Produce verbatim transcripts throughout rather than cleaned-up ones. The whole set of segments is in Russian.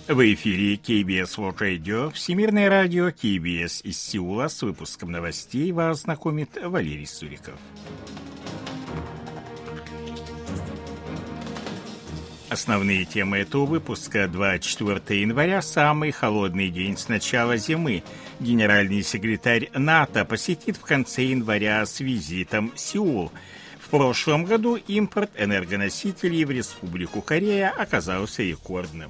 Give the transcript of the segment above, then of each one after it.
В эфире кей би эс World Radio, Всемирное радио кей би эс из Сеула. С выпуском новостей вас знакомит Валерий Суриков. Основные темы этого выпуска. двадцать четвёртого января – самый холодный день с начала зимы. Генеральный секретарь НАТО посетит в конце января с визитом Сеул. В прошлом году импорт энергоносителей в Республику Корея оказался рекордным.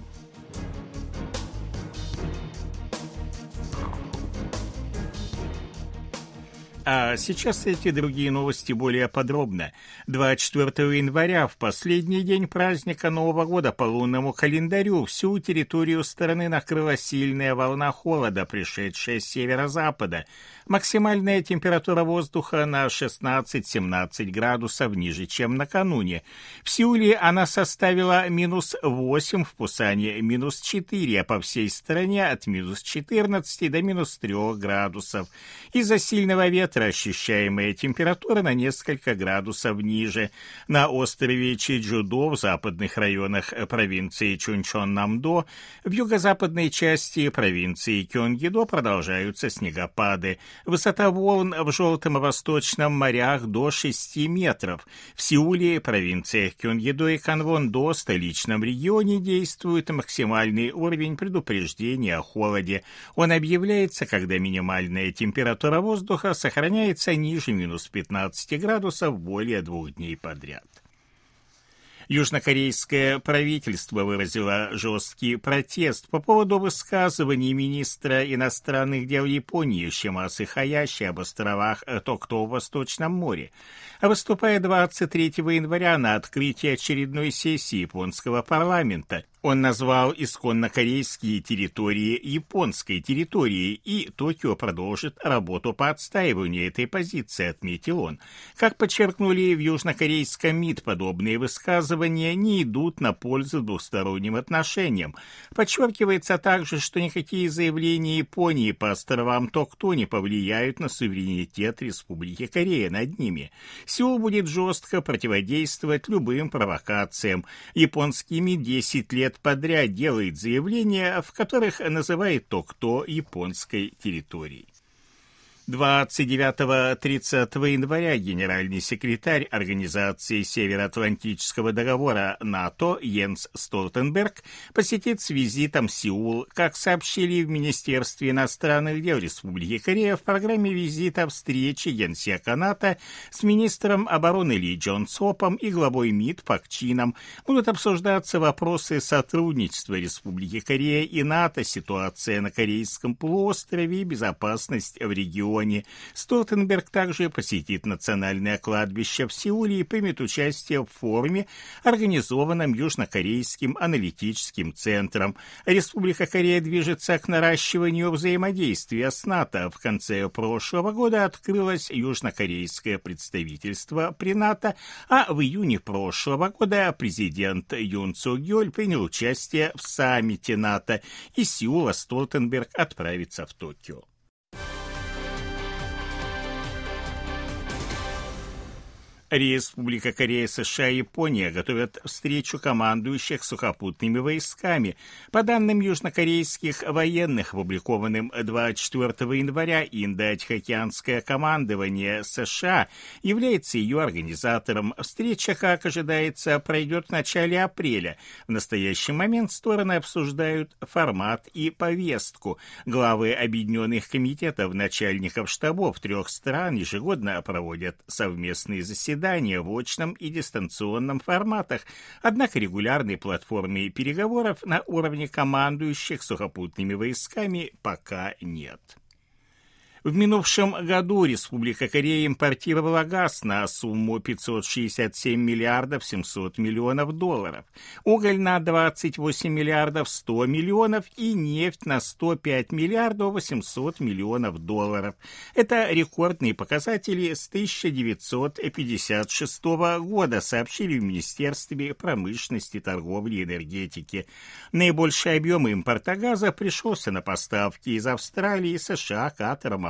А сейчас эти другие новости более подробно. двадцать четвёртого января, в последний день праздника Нового года по лунному календарю, всю территорию страны накрыла сильная волна холода, пришедшая с северо-запада. Максимальная температура воздуха на шестнадцать-семнадцать градусов ниже, чем накануне. В Сеуле она составила минус восемь, в Пусане минус четыре, а по всей стране от минус четырнадцати до минус трёх градусов. Из-за сильного ветра ощущаемая температура на несколько градусов ниже. На острове Чеджудо, в западных районах провинции Чунчон-Намдо, в юго-западной части провинции Кёнгидо продолжаются снегопады. Высота волн в Желтом и Восточном морях до шести метров. В Сеуле, провинциях Кёнгидо и Канвон-до, столичном регионе, действует максимальный уровень предупреждения о холоде. Он объявляется, когда минимальная температура воздуха сохраняется ниже минус пятнадцати градусов более двух дней подряд. Южнокорейское правительство выразило жесткий протест по поводу высказываний министра иностранных дел Японии Шимасы Хаяши об островах Токто в Восточном море. Выступая двадцать третьего января на открытии очередной сессии японского парламента, он назвал исконно корейские территории японской территорией, и Токио продолжит работу по отстаиванию этой позиции, отметил он. Как подчеркнули в южнокорейском МИД, подобные высказывания не идут на пользу двусторонним отношениям. Подчеркивается также, что никакие заявления Японии по островам Токто не повлияют на суверенитет Республики Корея над ними. Сеул будет жестко противодействовать любым провокациям. Японский МИД десять лет подряд делает заявления, в которых называет Токто японской территорией. двадцать девятого — тридцатого января генеральный секретарь Организации Североатлантического договора НАТО Йенс Столтенберг посетит с визитом Сеул. Как сообщили в Министерстве иностранных дел Республики Корея, в программе визита встречи генсека НАТО с министром обороны Ли Джон Сопом и главой МИД Пак Чином будут обсуждаться вопросы сотрудничества Республики Корея и НАТО, ситуация на Корейском полуострове и безопасность в регионе. Столтенберг также посетит национальное кладбище в Сеуле и примет участие в форуме, организованном Южнокорейским аналитическим центром. Республика Корея движется к наращиванию взаимодействия с НАТО. В конце прошлого года открылось южнокорейское представительство при НАТО, а в июне прошлого года президент Юн Су Гёль принял участие в саммите НАТО. Из Сеула Столтенберг отправится в Токио. Республика Корея, США и Япония готовят встречу командующих сухопутными войсками. По данным южнокорейских военных, опубликованным двадцать четвёртого января, Индо-Тихоокеанское командование США является ее организатором. Встреча, как ожидается, пройдет в начале апреля. В настоящий момент стороны обсуждают формат и повестку. Главы объединенных комитетов начальников штабов трех стран ежегодно проводят совместные заседания в очном и дистанционном форматах, однако регулярной платформы переговоров на уровне командующих сухопутными войсками пока нет. В минувшем году Республика Корея импортировала газ на сумму пятьсот шестьдесят семь миллиардов семьсот миллионов долларов, уголь на двадцать восемь миллиардов сто миллионов и нефть на сто пять миллиардов восемьсот миллионов долларов. Это рекордные показатели с тысяча девятьсот пятьдесят шестого года, сообщили в Министерстве промышленности, торговли и энергетики. Наибольший объем импорта газа пришелся на поставки из Австралии, США, Катара, Малайзии,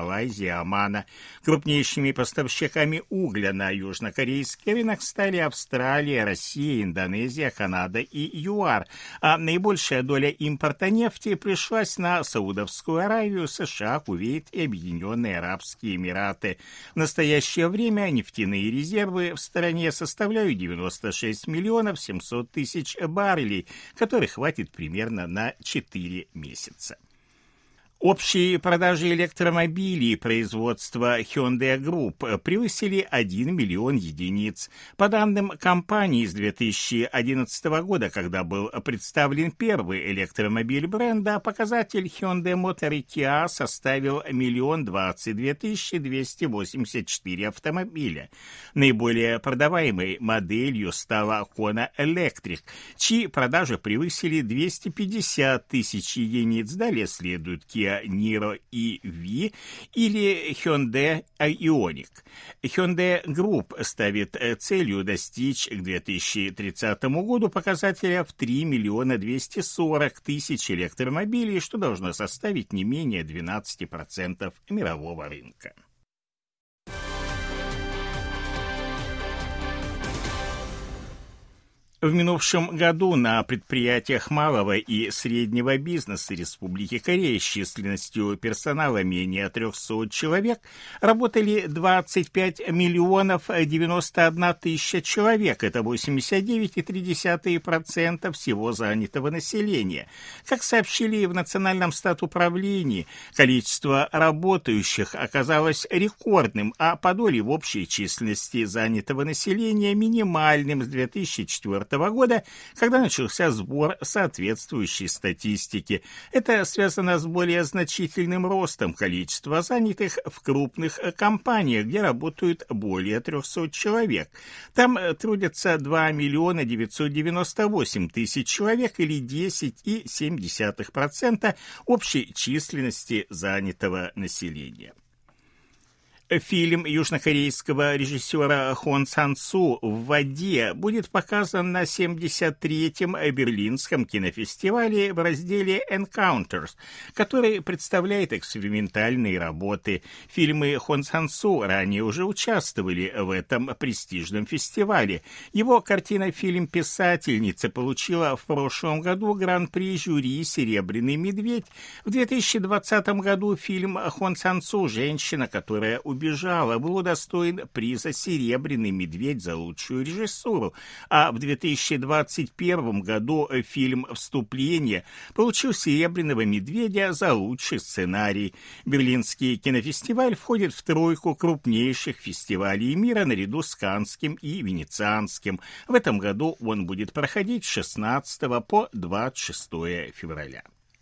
Малайзии и Омана. Крупнейшими поставщиками угля на южнокорейский рынок стали Австралия, Россия, Индонезия, Канада и ЮАР, а наибольшая доля импорта нефти пришлась на Саудовскую Аравию, США, Кувейт и Объединенные Арабские Эмираты. В настоящее время нефтяные резервы в стране составляют девяносто шесть миллионов семьсот тысяч баррелей, которых хватит примерно на четыре месяца. Общие продажи электромобилей производства Hyundai Group превысили один миллион единиц. По данным компании, с две тысячи одиннадцатого года, когда был представлен первый электромобиль бренда, показатель Hyundai Motor Kia составил один миллион двадцать две тысячи двести восемьдесят четыре автомобиля. Наиболее продаваемой моделью стала Kona Electric, чьи продажи превысили двести пятьдесят тысяч единиц. Далее следует Kia Niro и ви или Hyundai Ioniq. Hyundai Group ставит целью достичь к две тысячи тридцатому году показателя в три миллиона двести сорок тысяч электромобилей, что должно составить не менее двенадцать процентов мирового рынка. В минувшем году на предприятиях малого и среднего бизнеса Республики Корея с численностью персонала менее трехсот человек работали двадцать пять миллионов девяносто одна тысяча человек. Это восемьдесят девять целых три десятых процента всего занятого населения. Как сообщили в Национальном статуправлении, количество работающих оказалось рекордным, а по доле в общей численности занятого населения минимальным с две тысячи четвёртого года, когда начался сбор соответствующей статистики. Это связано с более значительным ростом количества занятых в крупных компаниях, где работают более трехсот человек. Там трудятся два миллиона девятьсот девяносто восемь тысяч человек или десять целых семь десятых процента общей численности занятого населения. Фильм южнокорейского режиссера Хон Сан Су «В воде» будет показан на семьдесят третьем Берлинском кинофестивале в разделе «Encounters», который представляет экспериментальные работы. Фильмы Хон Сан Су ранее уже участвовали в этом престижном фестивале. Его картина-фильм «Писательница» получила в прошлом году гран-при жюри «Серебряный медведь». В две тысячи двадцатом году фильм Хон Сан Су «Женщина, которая убежала» был удостоен приза «Серебряный медведь» за лучшую режиссуру, а в две тысячи двадцать первом году фильм «Вступление» получил «Серебряного медведя» за лучший сценарий. Берлинский кинофестиваль входит в тройку крупнейших фестивалей мира наряду с Каннским и Венецианским. В этом году он будет проходить с шестнадцатого по двадцать шестое февраля.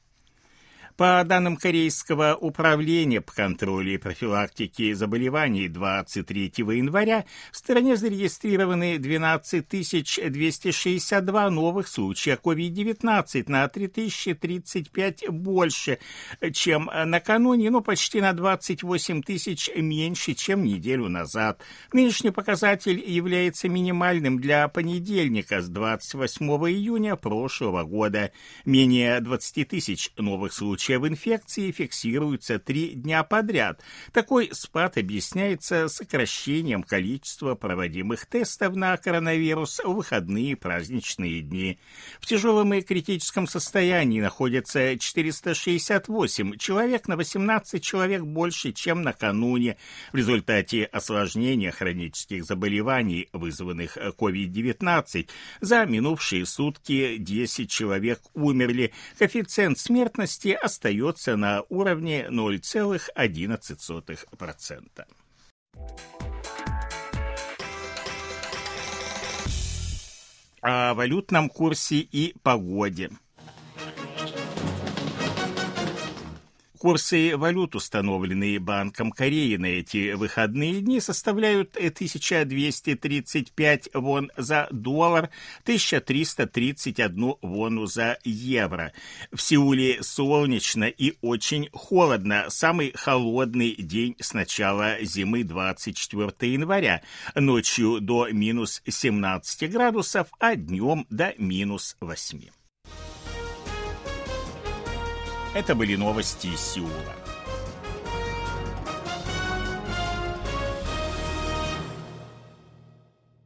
По данным Корейского управления по контролю и профилактике заболеваний двадцать третьего января в стране зарегистрированы двенадцать тысяч двести шестьдесят два новых случая ковид девятнадцать, на три тысячи тридцать пять больше, чем накануне, но почти на двадцать восемь тысяч меньше, чем неделю назад. Нынешний показатель является минимальным для понедельника с двадцать восьмого июня прошлого года. Менее двадцати тысяч новых случаев в инфекции фиксируется три дня подряд. Такой спад объясняется сокращением количества проводимых тестов на коронавирус в выходные и праздничные дни. В тяжелом и критическом состоянии находятся четыреста шестьдесят восемь человек, на восемнадцать человек больше, чем накануне. В результате осложнения хронических заболеваний, вызванных ковид девятнадцать, за минувшие сутки десять человек умерли. Коэффициент смертности остается на уровне ноль целых одиннадцать сотых процента. О валютном курсе и погоде. Курсы валют, установленные Банком Кореи на эти выходные дни, составляют тысяча двести тридцать пять вон за доллар, тысяча триста тридцать одну вону за евро. В Сеуле солнечно и очень холодно. Самый холодный день с начала зимы двадцать четвёртого января. Ночью до минус семнадцати градусов, а днем до минус восьми. Это были новости из Сеула.